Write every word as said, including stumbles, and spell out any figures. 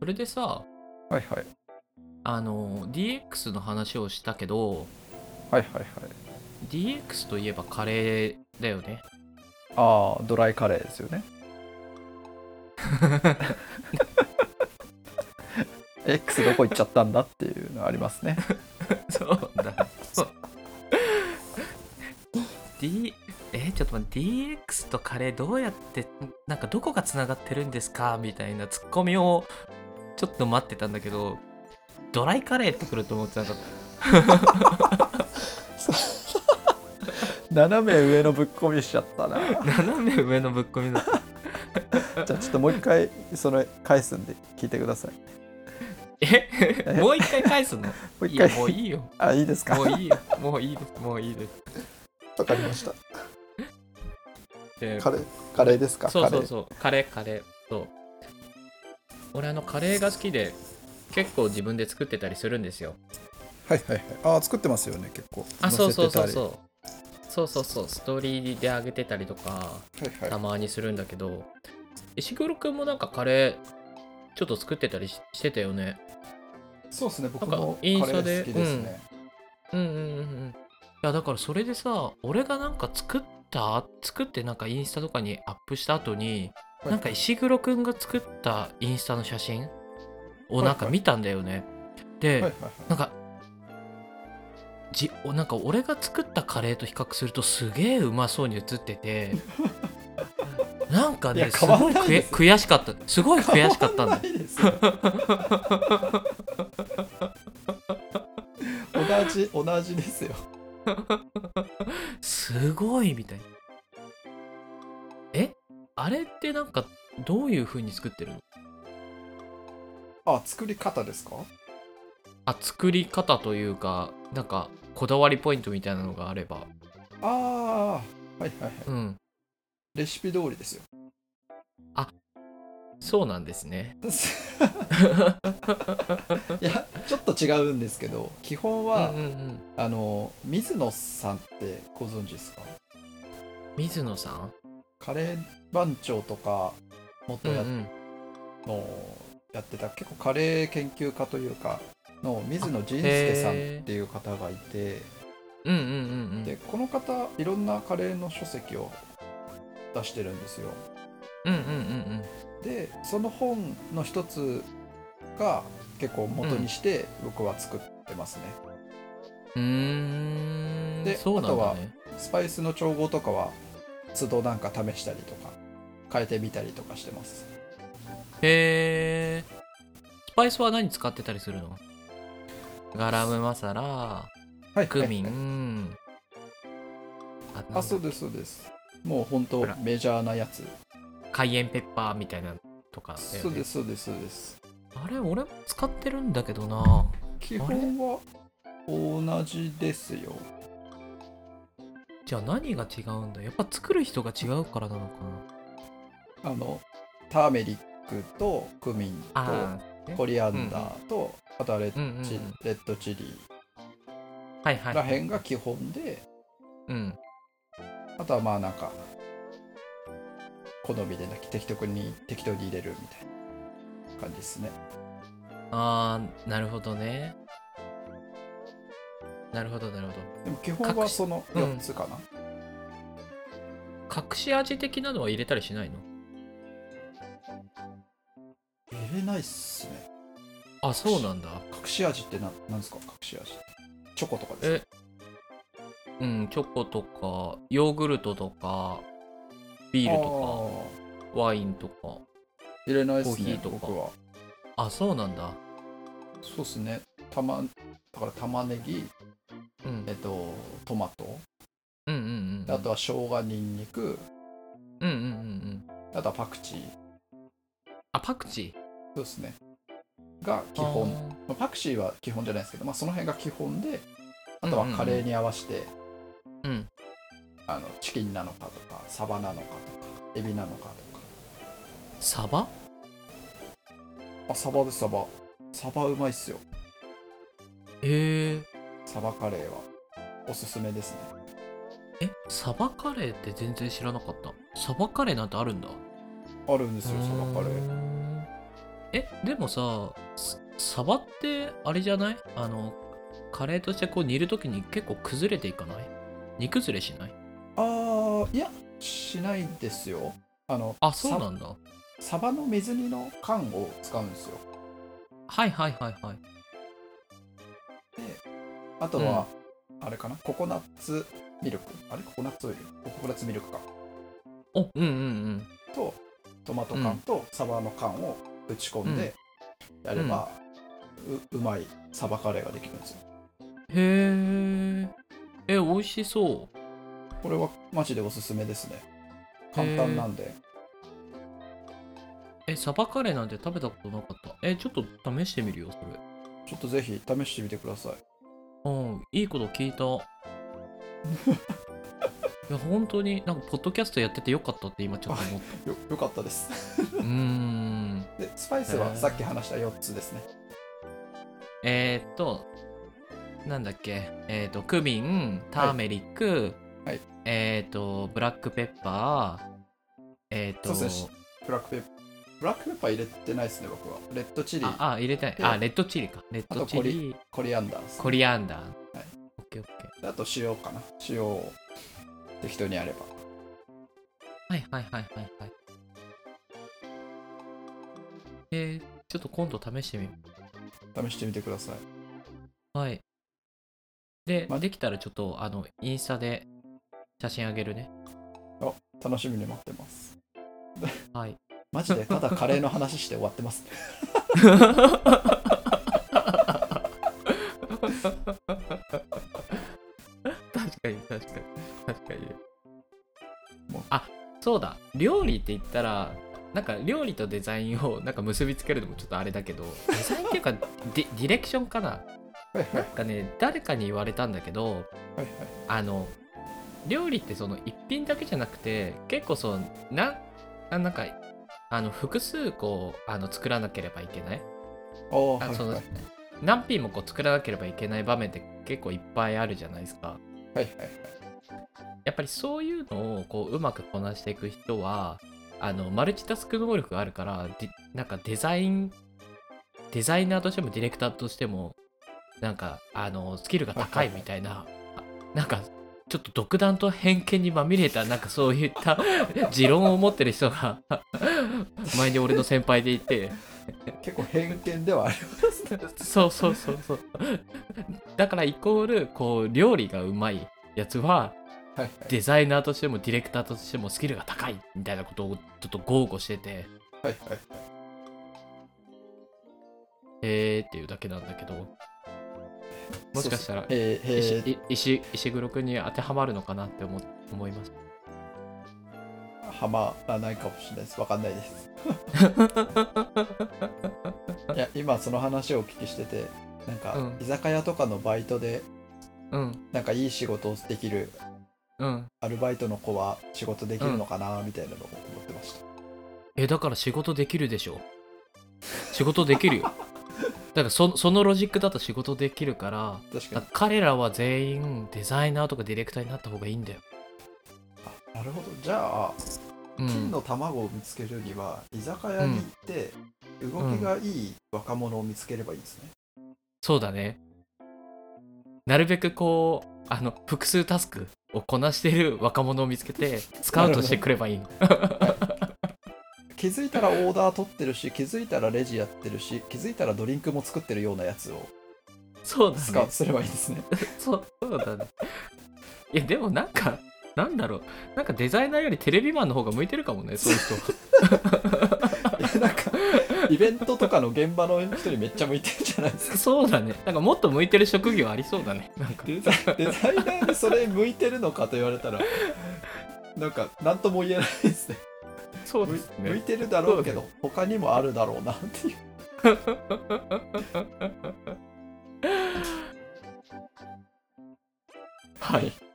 それでさ、 はいはい。 あの ディーエックス の話をしたけど、 はいはいはい。 ディーエックス といえばカレーだよね。 ああ、ドライカレーですよね。X どこ行っちゃったんだっていうのありますね。 そうだ。D えちょっと待って ディーエックス とカレーどうやってなんかどこがつながってるんですかみたいなツッコミをちょっと待ってたんだけど、ドライカレーってくると思ってなかった。 斜め上のぶっ込みしちゃったな。 斜め上のぶっ込みだった。 じゃあちょっともう一回それ返すんで聞いてください。 ええもう一回返すの？ もう一いや回。 もういいよ。 あ、いいですか。 もういいよ。もういいです。もういいです。 わかりました。 でカレー、カレーですか。 そうそうカそう、カレーカレー。そう。俺あのカレーが好きで結構自分で作ってたりするんですよ。 レー。はいはいはい。ああ、作ってますよね、結構。 あ、そうそうそうう。 そう。そうそうそう、ストーリーで上げてたりとか、 はいはい。 たまにするんだけど、石黒くんもなんかカレーちょっと作ってたりししてたよね。 そうですね、 なんか僕もカレーインスタで、 好きですね。 うん、うんうんうんうん。いやだからそれでさ、俺がなんか作った作ってなんかインスタとかにアップした後に、 はいなんか石黒くんが作ったインスタの写真をなんか見たんだよね。で、 はいはいはい。 なんかじなんか俺が作ったカレーと比較するとすげえうまそうに写ってて、なんかいや、 ねす変わごい悔んないですよ。 悔しかった。すごい悔しかったんだよ。 変わんないですよ。同じ、同じですよ。 すごいみたいな。えあれってなんかどういう風に作ってるの？ あ、作り方ですか。 あ、作り方というか、なんかこだわりポイントみたいなのがあれば。 ああ、はいはいはい。 うん。 レシピ通りですよ。 あ、そうなんですね。 いや、ちょっと違うんですけど、基本は、 うんうんうん。 あの、水野さんってご存知ですか。 水野さん？ カレー番長とか元やうんうん。 のやってた結構カレー研究家というかの水野仁介さんっへていう方がいて、 うんうんうんうん。 でこの方いろんなカレーの書籍を出してるんですよ。 うんうんうんでその本の一つが結構元にして僕は作ってますね。 うん。うーん、 でそあとはうなんだね。 スパイスの調合とかは都度なんか試したりとか変えてみたりとかしてます。 へえ。スパイスは何使ってたりするの？ガラムマサラ、 はいはいはい。 クミン、あ、なあ、 んだっけ、 そうですそうです。もう本当ほら、 メジャーなやつ。 カイエンペッパーみたいなのとかだよそうでね。 すそうですそうです。 あれ、俺も使ってるんだけどな。 基あれ本は同じですよ。 じゃあ何が違うんだ？やっぱ作る人が違うからなのかあのターメリックとクミンな。 とああ、ね。 コリアンうんうん。 ダーと、あとはレッうんうんうチ、 ん。 レッドチリはいはいはい。 らへんが基本で、 うん。 あとはまあなんか好みでなき適当に適当に入れるみたいな感じですね。 ああ、なるほどね。なるほどなるほど。 でも基本は隠し、 そのよっうん。 つかな。 隠し味的なのは入れたりしないの？ 入れないっすね。 あ、そうなんだ。 隠し味ってな、なんですか隠し味。チョコとかですか。 え、うん、チョコとか、ヨーグルトとか、ビールとあか、ワインとか、 入れないっコーすねヒーとか。 僕は。 あ、そうなんだ。 そうっすね。たまだから玉ねぎ、 うん。 えっとトマト、 うんうんうんうん。 あとは生姜にんにく、 うんうんうんうん。 あとはパクチー。 あ、パクチー。 そうですね。が基あ本。 ーまあパクチーは基本じゃないですけど、まあ、その辺が基本で、あとうんうんうんはカレーに合わせて、 うん。 あのチキンなのかとか、サバなのかとか、エビなのかとか。 サバ？ あ、サバです、サバ。サバうまいっすよ。 えー、 サバカレーはおすすめですね。 え、サバカレーって全然知らなかった。サバカレーなんてあるんだ。 あるんでうーすよ、サバカレー。 ん。 え、でもさ、ササバってあれじゃない？あの、カレーとしてこう煮るときに結構崩れていかない？煮崩れしない？ あー、いや、しないですよ。あの、 あ、そうサなんだ。 サバの水煮の缶を使うんですよ。 はいはいはいはい。 で、あとは、あれかな、ココナッツミルク。あれココナッツオイルココナッツミルクか。 お、うんうんうん。 と、トマト缶とサバの缶を打ち込んでやれば、う, うまいサバカレーができるんですよ。 へえ。え、美味しそう。 これはマジでおすすめですね。簡単なんで。 え、サバカレーなんて食べたことなかった。え、ちょっと試してみるよ、それ。 ちょっとぜひ試してみてください。 うん、いいこと聞いた。いや、本当になんか、ポッドキャストやっててよかったって今ちょっと思った。 よ, よかったです。 うーん。 で、スパイスはさっき話したよっつですね。 えー、っと、なんだっけ、えー、っと、クミン、ターメリック、 はい、 えー、っと、ブラックペッパー、えー、っと、 そうですね。ブラックペッパー。ブラックペッパー入れてないですね、僕は。レッドチリ。 あ、あ入れてない。あ、レッドチリか。レッドチリ、 コリアンダーです、ね。 コリアンダー。 はい。 オッケーオッケー。 あと塩かな。塩を適当にやれば。 はいはいはいはいはい。えー、ちょっと今度試してみよ試してみてください。 う。はい。で、 まできたらちょっと、あの、インスタで写真あげるね。 あ、楽しみに待ってます。 はい。 マジでただカレーの話して終わってますね。 確かに確かに確かに。 もうあ、そうだ。料理って言ったら、なんか料理とデザインをなんか結びつけるのもちょっとあれだけど、デザインっていうかディ、ディレクションかな。 はいはいなんかね、誰かに言われたんだけど、 はいはいあの、料理ってその一品だけじゃなくて、結構そう、な、あなんか、あの複数こうあの作らなければいけない。 ああ、 あそのはいはい何品もこう作らなければいけない場面って結構いっぱいあるじゃないですか。 はいはいはい。 やっぱりそういうのをこううまくこなしていく人はあのマルチタスク能力があるから、でなんかデザインデザイナーとしてもディレクターとしてもなんかあのスキルが高いみたいな、あなんかちょっと独断と偏見にまみれたなんかそういった持論を持ってる人が前に俺の先輩でいて結構偏見ではありますね。 そうそうそうそう。だからイコールこう料理がうまいやつははいはいデザイナーとしてもディレクターとしてもスキルが高いみたいなことをちょっと豪語してて、 はいはい。 えーっていうだけなんだけど、もしかしたらそうそうへーへ石ーい石石黒くんに当てはまるのかなって思思います。 はまらないかもしれないです。わかんないです。いや、今その話をお聞きしてて、なんか、 うん居酒屋とかのバイトで、 うんなんかいい仕事をできるうんアルバイトの子は仕事できるのかなみたいなのを思ってました。 えだから仕事できるでしょ。仕事できるよ。だからそそのロジックだと仕事できるから、 確かに。 だから彼らは全員デザイナーとかディレクターになった方がいいんだよ。 あ、なるほど。じゃあ、 うん金の卵を見つけるには、居酒屋に行って動きがいい若者を見つければいいですね。 そうだね。なるべくこうあの複数タスクをこなしている若者を見つけてスカウトしてくればいいの。 気づいたらオーダー取ってるし、気づいたらレジやってるし、気づいたらドリンクも作ってるようなやつをそうだね。 スカウトすればいいですね。 そうそうだね。いやでもなんかなんだろう、なんかデザイナーよりテレビマンの方が向いてるかもね、そういう人は。 いや、なんかイベントとかの現場の人にめっちゃ向いてるじゃないですか。 そうだね。なんかもっと向いてる職業ありそうだね。なんかデザデザイナーにそれ向いてるのかと言われたら、なんか何とも言えないですね。 そうですね。 向いてるだろうけど、他にもあるだろうなっていう。 はい。